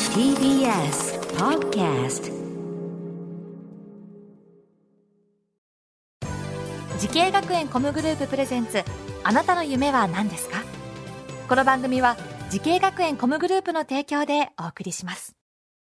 TBS Podcast。 時系学園コムグループプレゼンツ、あなたの夢は何ですか？この番組は時系学園コムグループの提供でお送りします。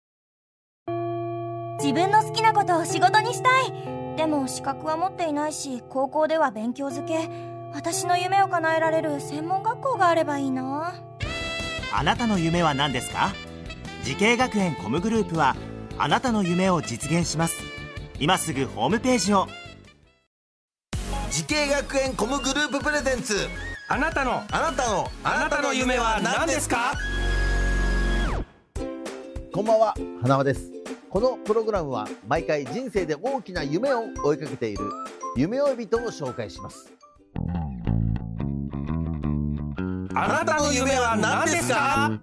自分の好きなことを仕事にしたい。でも資格は持っていないし、高校では勉強づけ。私の夢を叶えられる専門学校があればいいな。 あなたの夢は何ですか？時系学園コムグループはあなたの夢を実現します。今すぐホームページを。 時系学園コムグループプレゼンツ、 あなたの夢は何ですか？ こんばんは、花輪です。このプログラムは毎回人生で大きな夢を追いかけている夢追い人を紹介します。 あなたの夢は何ですか？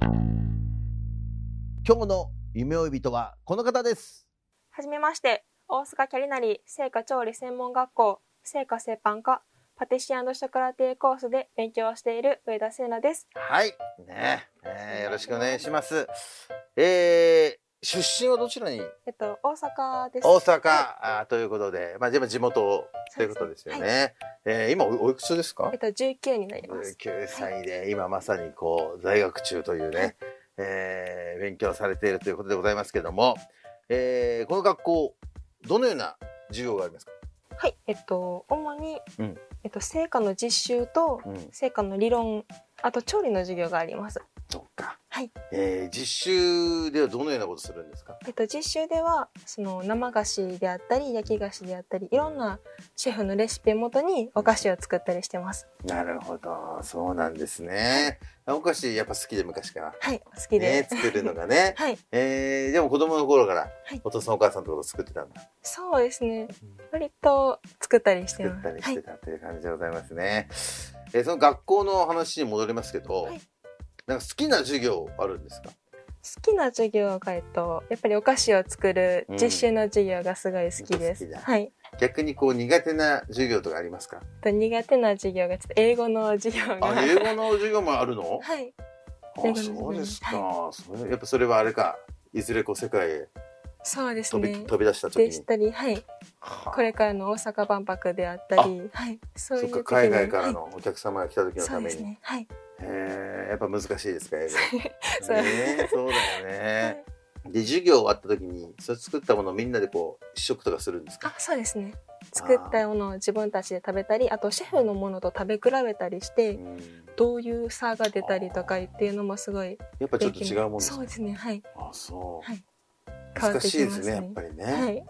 今日の夢追い人はこの方です。 はじめまして、大須賀キャリナリー製菓調理専門学校製菓製パン科パティシエ&ショコラティエコースで勉強をしている上田聖奈です。 はいね、よろしくお願いします。出身はどちらに？ 大阪です。 大阪、ということで、でも地元ということですよね。今おいくつですか ？19になります。 19歳で、今まさに在学中というね、勉強されているということでございますけども、この学校どのような授業がありますか？ はい、主に、製菓の実習と、製菓の理論、あと調理の授業があります。 そっか。 はい。 実習ではどのようなことするんですか？ 実習ではその生菓子であったり焼き菓子であったり、いろんなシェフのレシピをもとにお菓子を作ったりしてます。 なるほど、そうなんですね。お菓子やっぱ好きで昔から。 はい、好きで、 作るのがね。 はい。 でも子供の頃からお父さんお母さんとこと作ってたんだ。 そうですね。割と作ったりしてます。 作ったりしてたという感じでございますね。その学校の話に戻りますけど、なんか好きな授業あるんですか？ 好きな授業がやっぱりお菓子を作る実習の授業がすごい好きです。はい。 逆に苦手な授業とかありますか？ 苦手な授業がちょっと英語の授業が。 英語の授業もあるの？ はい。 そうですか。やっぱそれはあれか、いずれ世界へ。 そうですね。 飛び出した時に。 でしたり、はい。これからの大阪万博であったり、はい。そういう時に。 海外からのお客様が来た時のために。 そうですね。はい。 やっぱ難しいですか、英語。 そうだよね。で、授業終わった時に、それ作ったものをみんなで試食とかするんですか？ そうですね。作ったものを自分たちで食べたり、あとシェフのものと食べ比べたりして、どういう差が出たりとかっていうのもすごい。 やっぱちょっと違うもんですか？ そうですね。はい。 そう。 はい。 難しいですね、やっぱりね。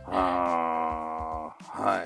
はい。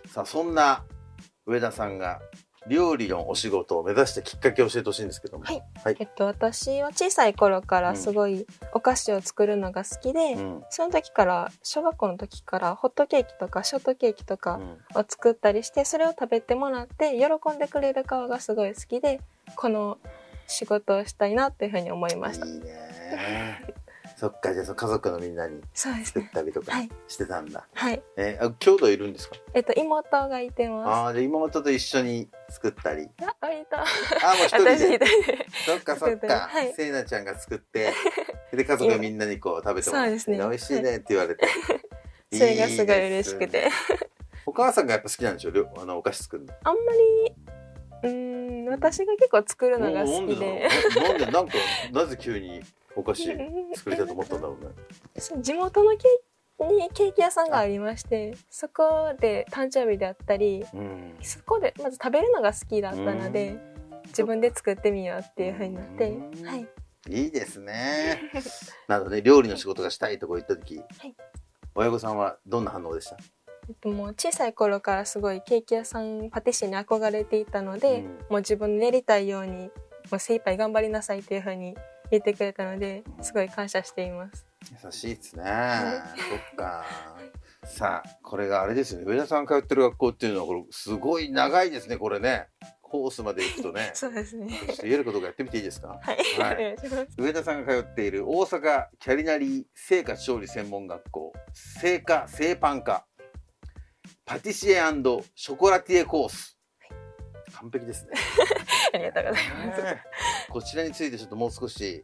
さあ、そんな上田さんが料理のお仕事を目指したきっかけを教えてほしいんですけども。 はい。私は小さい頃からすごいお菓子を作るのが好きで、その時から小学校の時からホットケーキとかショートケーキとかを作ったりして、それを食べてもらって喜んでくれる顔がすごい好きで、この仕事をしたいなっていうふうに思いました。 いいね。そっか、じゃあ家族のみんなに作ったりとかしてたんだ。 はい。 兄弟いるんですか？ 妹がいてます。 じゃあ妹と一緒に作ったり。 割と。 もう一人で。 私一人で。 そっか。せいなちゃんが作って、で家族みんなに食べてもらって、美味しいねって言われて。 それがすごい嬉しくて。 お母さんがやっぱ好きなんでしょ？お菓子作るの。 あんまり、私が結構作るのが好きで。 なんかなぜ急にお菓子作りたいと思ったんだろうね。 地元のケーキ屋さんがありまして、そこで誕生日であったり、そこでまず食べるのが好きだったので、自分で作ってみようっていう風になって、はい。 いいですね。なので料理の仕事がしたいとこ行った時、親御さんはどんな反応でした？ もう小さい頃からすごいケーキ屋さんパティシエに憧れていたので、もう自分のやりたいようにもう精一杯頑張りなさいっていう風に言ってくれたので、すごい感謝しています。 優しいですね。そっか。さあ、これがあれですよね。上田さん通ってる学校っていうのはこれすごい長いですね。これね。コースまで行くとね。 そうですね。 ちょっと言えることがやってみていいですか？ はい。お願いします。 上田さんが通っている大阪キャリナリー製菓調理専門学校製菓製パン科パティシエ&ショコラティエコース。完璧ですね。 ありがとうございます。 こちらについてちょっともう少し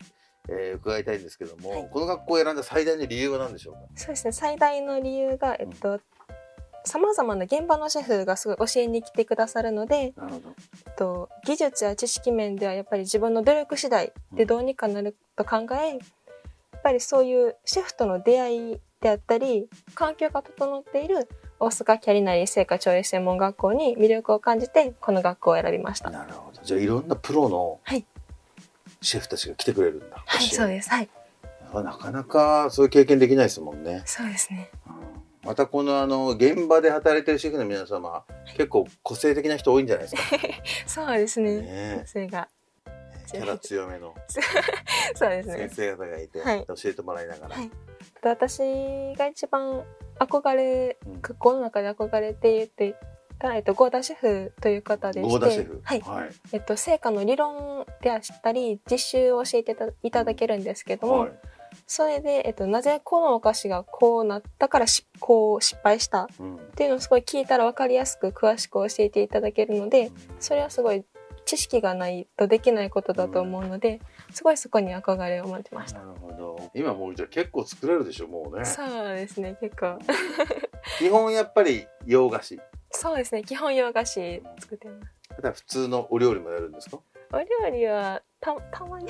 伺いたいんですけども、 はい、 この学校を選んだ最大の理由は何でしょうか？ そうですね、最大の理由が、さまざまな現場のシェフがすごい教えに来てくださるので、 なるほど。 技術や知識面ではやっぱり自分の努力次第でどうにかなると考え、やっぱりそういうシェフとの出会いであったり環境が整っている大阪キャリナリー製菓調理専門学校に魅力を感じてこの学校を選びました。 なるほど。じゃあいろんなプロのシェフたちが来てくれるんだ。 はい、そうです。はい。 なかなかそういう経験できないですもんね。 そうですね。 またこの現場で働いてるシェフの皆様、結構個性的な人多いんじゃないですか？ そうですね。それがキャラ強めのそうですね。 先生方がいて、教えてもらいながら。 私が一番学校の中で憧れて言って合田シェフという方でして、 合田シェフ、 はい、製菓の理論であったり実習を教えていただけるんですけども、それで、なぜこのお菓子がこうなったからこう失敗したっていうのをすごい聞いたら分かりやすく詳しく教えていただけるので、それはすごい知識がないとできないことだと思うので、すごいそこに憧れを持ちました。 なるほど。今もうじゃあ結構作れるでしょ、もうね。 そうですね、結構基本やっぱり洋菓子。 そうですね、基本洋菓子作ってます。 だから普通のお料理もやるんですか？ お料理はたまに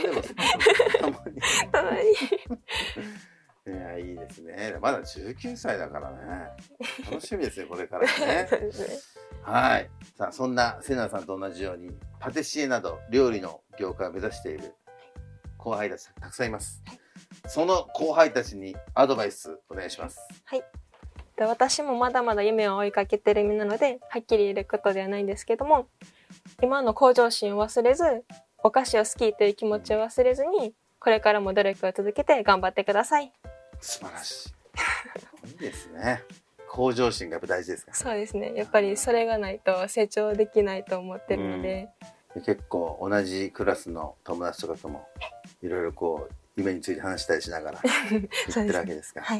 たまにいや、いいですね。まだ19歳だからね。楽しみですね、これからね。 そうですね。 はい。さあ、そんなセナさんと同じようにパティシエなど料理の業界を目指している後輩たちたくさんいます。その後輩たちにアドバイスお願いします。 はい。私もまだまだ夢を追いかけてる身なので、はっきり言えることではないんですけども、今の向上心を忘れず、お菓子を好きという気持ちを忘れずに、これからも努力を続けて頑張ってください。 素晴らしい。いいですね。向上心がやっぱ大事ですか？ そうですね。やっぱりそれがないと成長できないと思ってるので、 結構同じクラスの友達とかともいろいろこう夢について話したりしながら言ってるわけですか？ はい。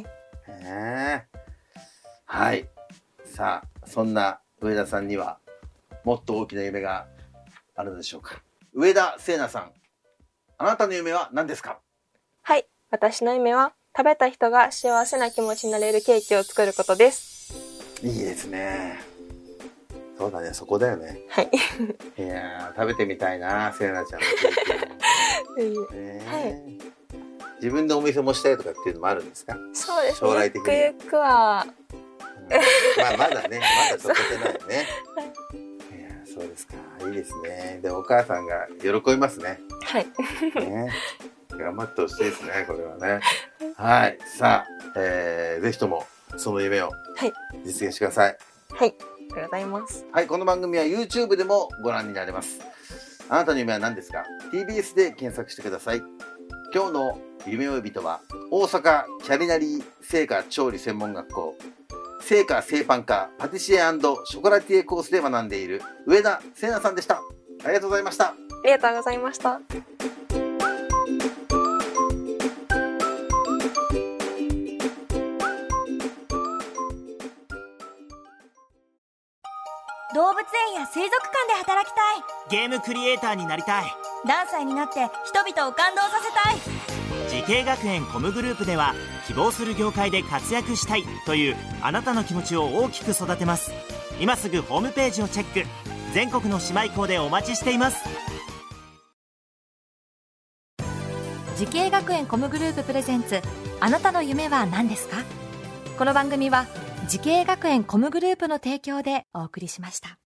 はい。さあ、そんな上田さんにはもっと大きな夢があるのでしょうか？上田聖奈さん、あなたの夢は何ですか？ はい、私の夢は食べた人が幸せな気持ちになれるケーキを作ることです。 いいですね。そうだね、そこだよね。 はい。 いやー、食べてみたいな、聖奈ちゃんのケーキ。はい。自分でお店もしたいとかっていうのもあるんですか？ そうですね。 将来的に。 ゆくは、 まだね、まだちょっと手ないね。いや、そうですか。いいですね。で、お母さんが喜びますね。 はい。 ね、頑張ってほしいですね、これはね。はい。さあ、ぜひともその夢を実現してください。 はい。ありがとうございます。 はい、この番組は YouTube でもご覧になれます。あなたの夢は何ですか？ TBS で検索してください。今日の夢追い人は大阪キャリナリー製菓調理専門学校製菓製パン科パティシエ&ショコラティエコースで学んでいる上田聖奈さんでした。ありがとうございました。 ありがとうございました。 動物園や水族館で働きたい。 ゲームクリエイターになりたい。 何歳になって人々を感動させたい。 時系学園コムグループでは希望する業界で活躍したいというあなたの気持ちを大きく育てます。今すぐホームページをチェック。全国の姉妹校でお待ちしています。 時系学園コムグループプレゼンツ、あなたの夢は何ですか？この番組は時系学園コムグループの提供でお送りしました。